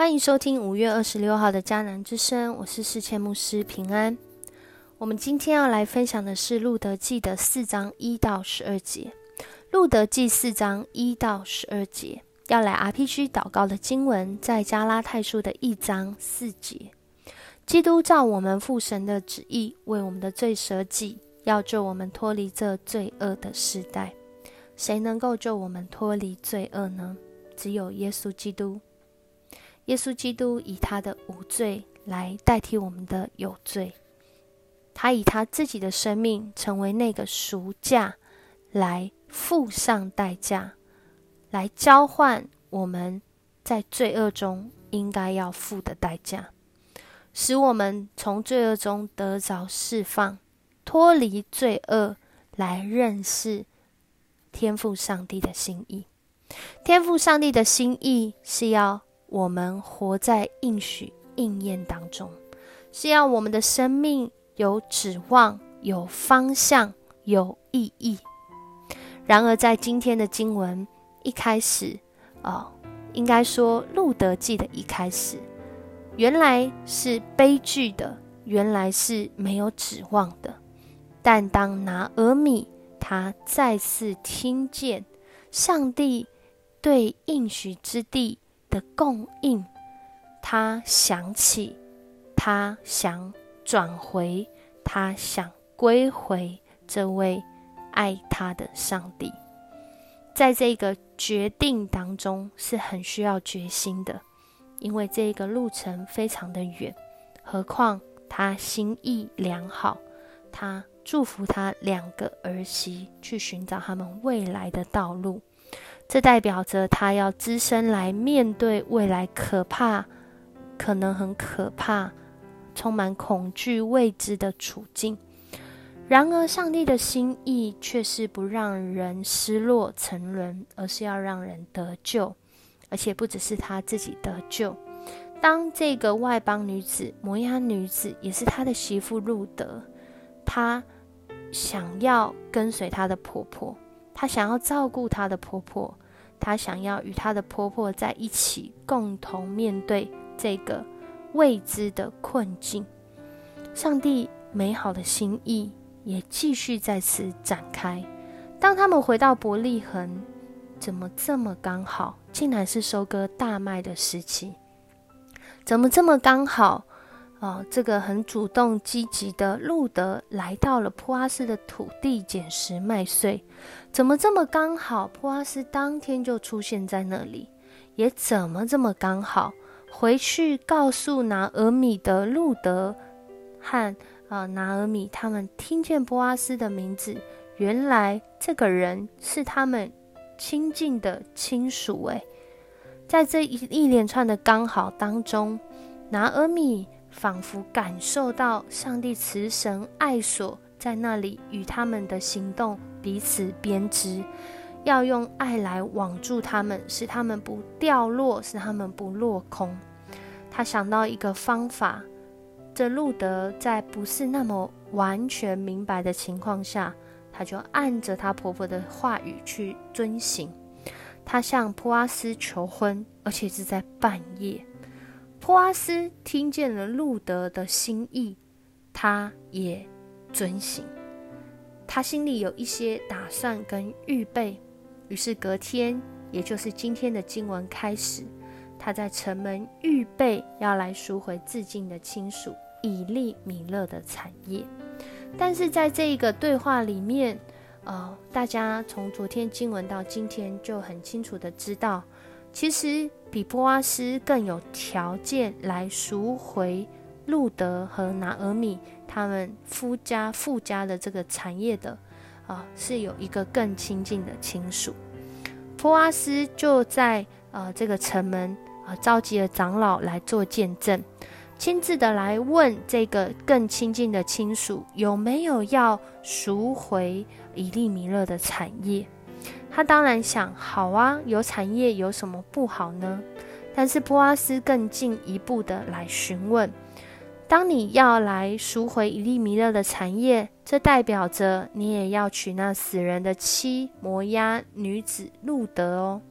欢迎收听5月26号的迦南之声，我是世谦牧师平安。我们今天要来分享的是路德记的4章1到12节。路德记4章1到12节要来 RPG 祷告的经文在加拉太书的1章4节。基督照我们父神的旨意为我们的罪舍己，要救我们脱离这罪恶的世代。谁能够救我们脱离罪恶呢？只有耶稣基督。耶稣基督以他的无罪来代替我们的有罪，他以他自己的生命成为那个赎价，来付上代价，来交换我们在罪恶中应该要付的代价，使我们从罪恶中得着释放，脱离罪恶，来认识天父上帝的心意。天父上帝的心意是要我们活在应许应验当中，是要我们的生命有指望，有方向，有意义。然而在今天的经文一开始应该说路德记的一开始，原来是悲剧的，原来是没有指望的。但当拿俄米他再次听见上帝对应许之地的供应，他想起，他想转回，他想归回这位爱他的上帝。在这个决定当中是很需要决心的，因为这个路程非常的远，何况他心意良好，他祝福他2个儿媳去寻找他们未来的道路。这代表着他要只身来面对未来可怕，可能很可怕，充满恐惧未知的处境。然而上帝的心意却是不让人失落沉沦，而是要让人得救，而且不只是他自己得救。当这个外邦女子摩押女子，也是他的媳妇路德，她想要跟随她的婆婆，她想要照顾她的婆婆，她想要与她的婆婆在一起，共同面对这个未知的困境。上帝美好的心意也继续在此展开。当他们回到伯利恒，怎么这么刚好，竟然是收割大麦的时期？怎么这么刚好这个很主动积极的路德来到了波阿斯的土地捡拾麦穗？怎么这么刚好，波阿斯当天就出现在那里？也怎么这么刚好，回去告诉拿俄米的路德和拿俄米他们听见波阿斯的名字，原来这个人是他们亲近的亲属。在这一连串的刚好当中，拿俄米仿佛感受到上帝慈神爱所在那里与他们的行动彼此编织，要用爱来网住他们，使他们不掉落，使他们不落空。他想到一个方法，这路德在不是那么完全明白的情况下，他就按着他婆婆的话语去遵行。他向波阿斯求婚，而且是在半夜。波阿斯听见了路德的心意，他也遵行。他心里有一些打算跟预备，于是隔天，也就是今天的经文开始，他在城门预备要来赎回自尽的亲属以利米勒的产业。但是在这个对话里面大家从昨天经文到今天就很清楚的知道，其实比波阿斯更有条件来赎回路德和拿俄米他们夫家父家的这个产业的是有一个更亲近的亲属。波阿斯就在这个城门召集了长老来做见证，亲自的来问这个更亲近的亲属有没有要赎回以利米勒的产业。他当然想，好啊，有产业有什么不好呢？但是波阿斯更进一步的来询问，当你要来赎回以利米勒的产业，这代表着你也要娶那死人的妻摩押女子路德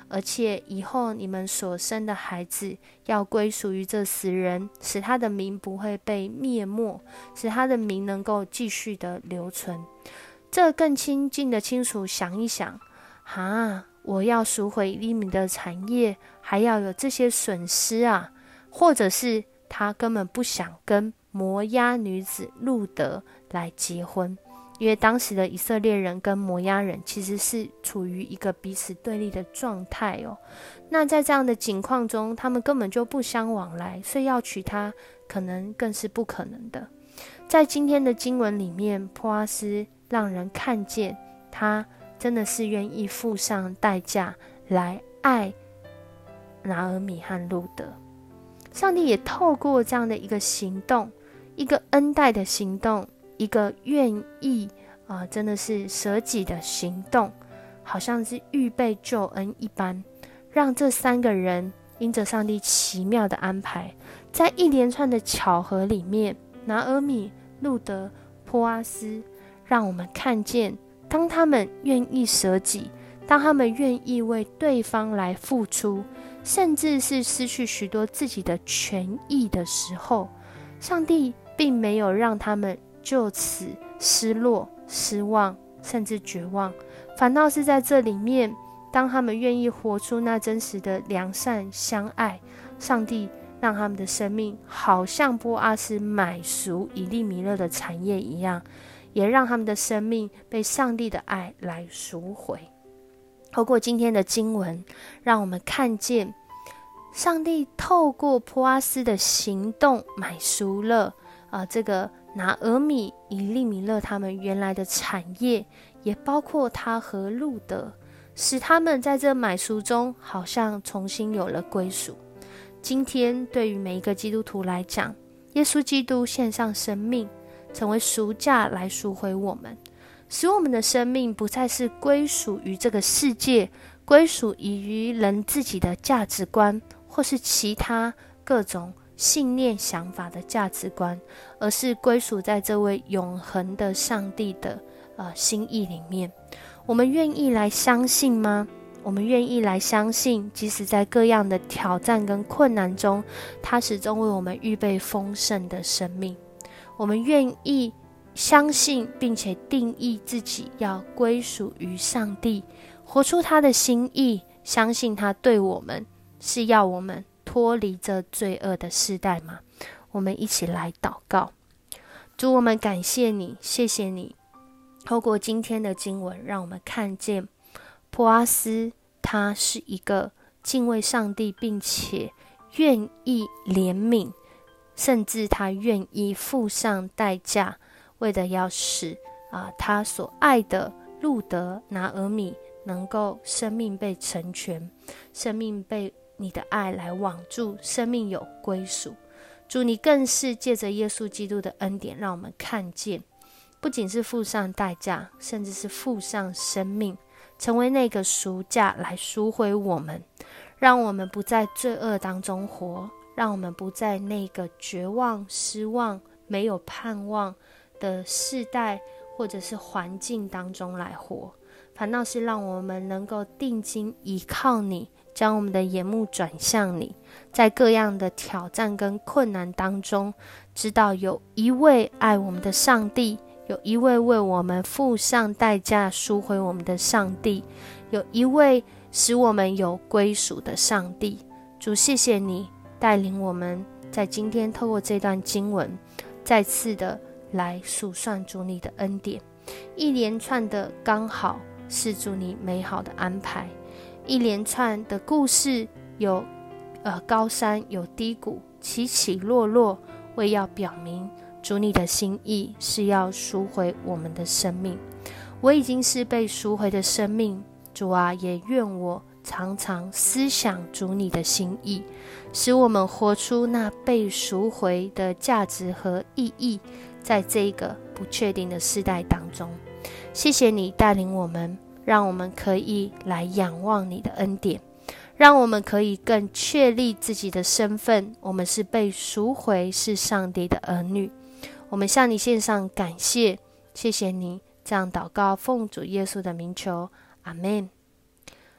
而且以后你们所生的孩子要归属于这死人，使他的名不会被灭没，使他的名能够继续的留存。这更亲近的亲属想一想，我要赎回以利米的产业，还要有这些损失啊，或者是他根本不想跟摩押女子路得来结婚，因为当时的以色列人跟摩押人其实是处于一个彼此对立的状态哦。那在这样的境况中，他们根本就不相往来，所以要娶她可能更是不可能的。在今天的经文里面，波阿斯让人看见他真的是愿意付上代价来爱拿俄米和路得。上帝也透过这样的一个行动，一个恩待的行动，一个愿意真的是舍己的行动，好像是预备救恩一般，让这三个人因着上帝奇妙的安排，在一连串的巧合里面，拿俄米、路得、波阿斯，让我们看见当他们愿意舍己，当他们愿意为对方来付出，甚至是失去许多自己的权益的时候，上帝并没有让他们就此失落、失望，甚至绝望，反倒是在这里面，当他们愿意活出那真实的良善相爱，上帝让他们的生命好像波阿斯买赎以利米勒的产业一样，也让他们的生命被上帝的爱来赎回。透过今天的经文，让我们看见上帝透过波阿斯的行动买赎了这个拿俄米、以利米勒他们原来的产业，也包括他和路得，使他们在这买赎中好像重新有了归属。今天对于每一个基督徒来讲，耶稣基督献上生命，成为赎价来赎回我们，使我们的生命不再是归属于这个世界，归属于人自己的价值观，或是其他各种信念想法的价值观，而是归属在这位永恒的上帝的心意里面。我们愿意来相信吗？我们愿意来相信，即使在各样的挑战跟困难中，他始终为我们预备丰盛的生命。我们愿意相信并且定义自己要归属于上帝，活出他的心意，相信他对我们是要我们脱离这罪恶的世代吗？我们一起来祷告。主，我们感谢你，谢谢你透过今天的经文，让我们看见波阿斯他是一个敬畏上帝并且愿意怜悯，甚至他愿意付上代价，为的要使他所爱的路得、拿俄米能够生命被成全，生命被你的爱来网住，生命有归属。主，你更是借着耶稣基督的恩典，让我们看见不仅是付上代价，甚至是付上生命，成为那个赎价来赎回我们，让我们不在罪恶当中活，让我们不在那个绝望、失望、没有盼望的世代或者是环境当中来活，反倒是让我们能够定睛依靠你，将我们的眼目转向你，在各样的挑战跟困难当中，知道有一位爱我们的上帝，有一位为我们付上代价赎回我们的上帝，有一位使我们有归属的上帝。主，谢谢你带领我们在今天透过这段经文，再次的来数算主你的恩典，一连串的刚好是主你美好的安排，一连串的故事有高山有低谷，起起落落，为要表明主你的心意是要赎回我们的生命。我已经是被赎回的生命，主啊，也愿我常常思想主你的心意，使我们活出那被赎回的价值和意义，在这个不确定的世代当中。谢谢你带领我们，让我们可以来仰望你的恩典，让我们可以更确立自己的身份，我们是被赎回，是上帝的儿女。我们向你献上感谢，谢谢你，这样祷告奉主耶稣的名求，阿们。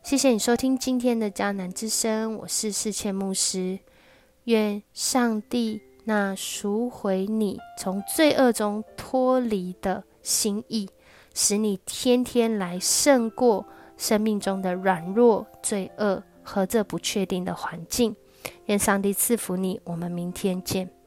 谢谢你收听今天的迦南之声，我是世谦牧师。愿上帝那赎回你从罪恶中脱离的心意，使你天天来胜过生命中的软弱、罪恶和这不确定的环境。愿上帝赐福你，我们明天见。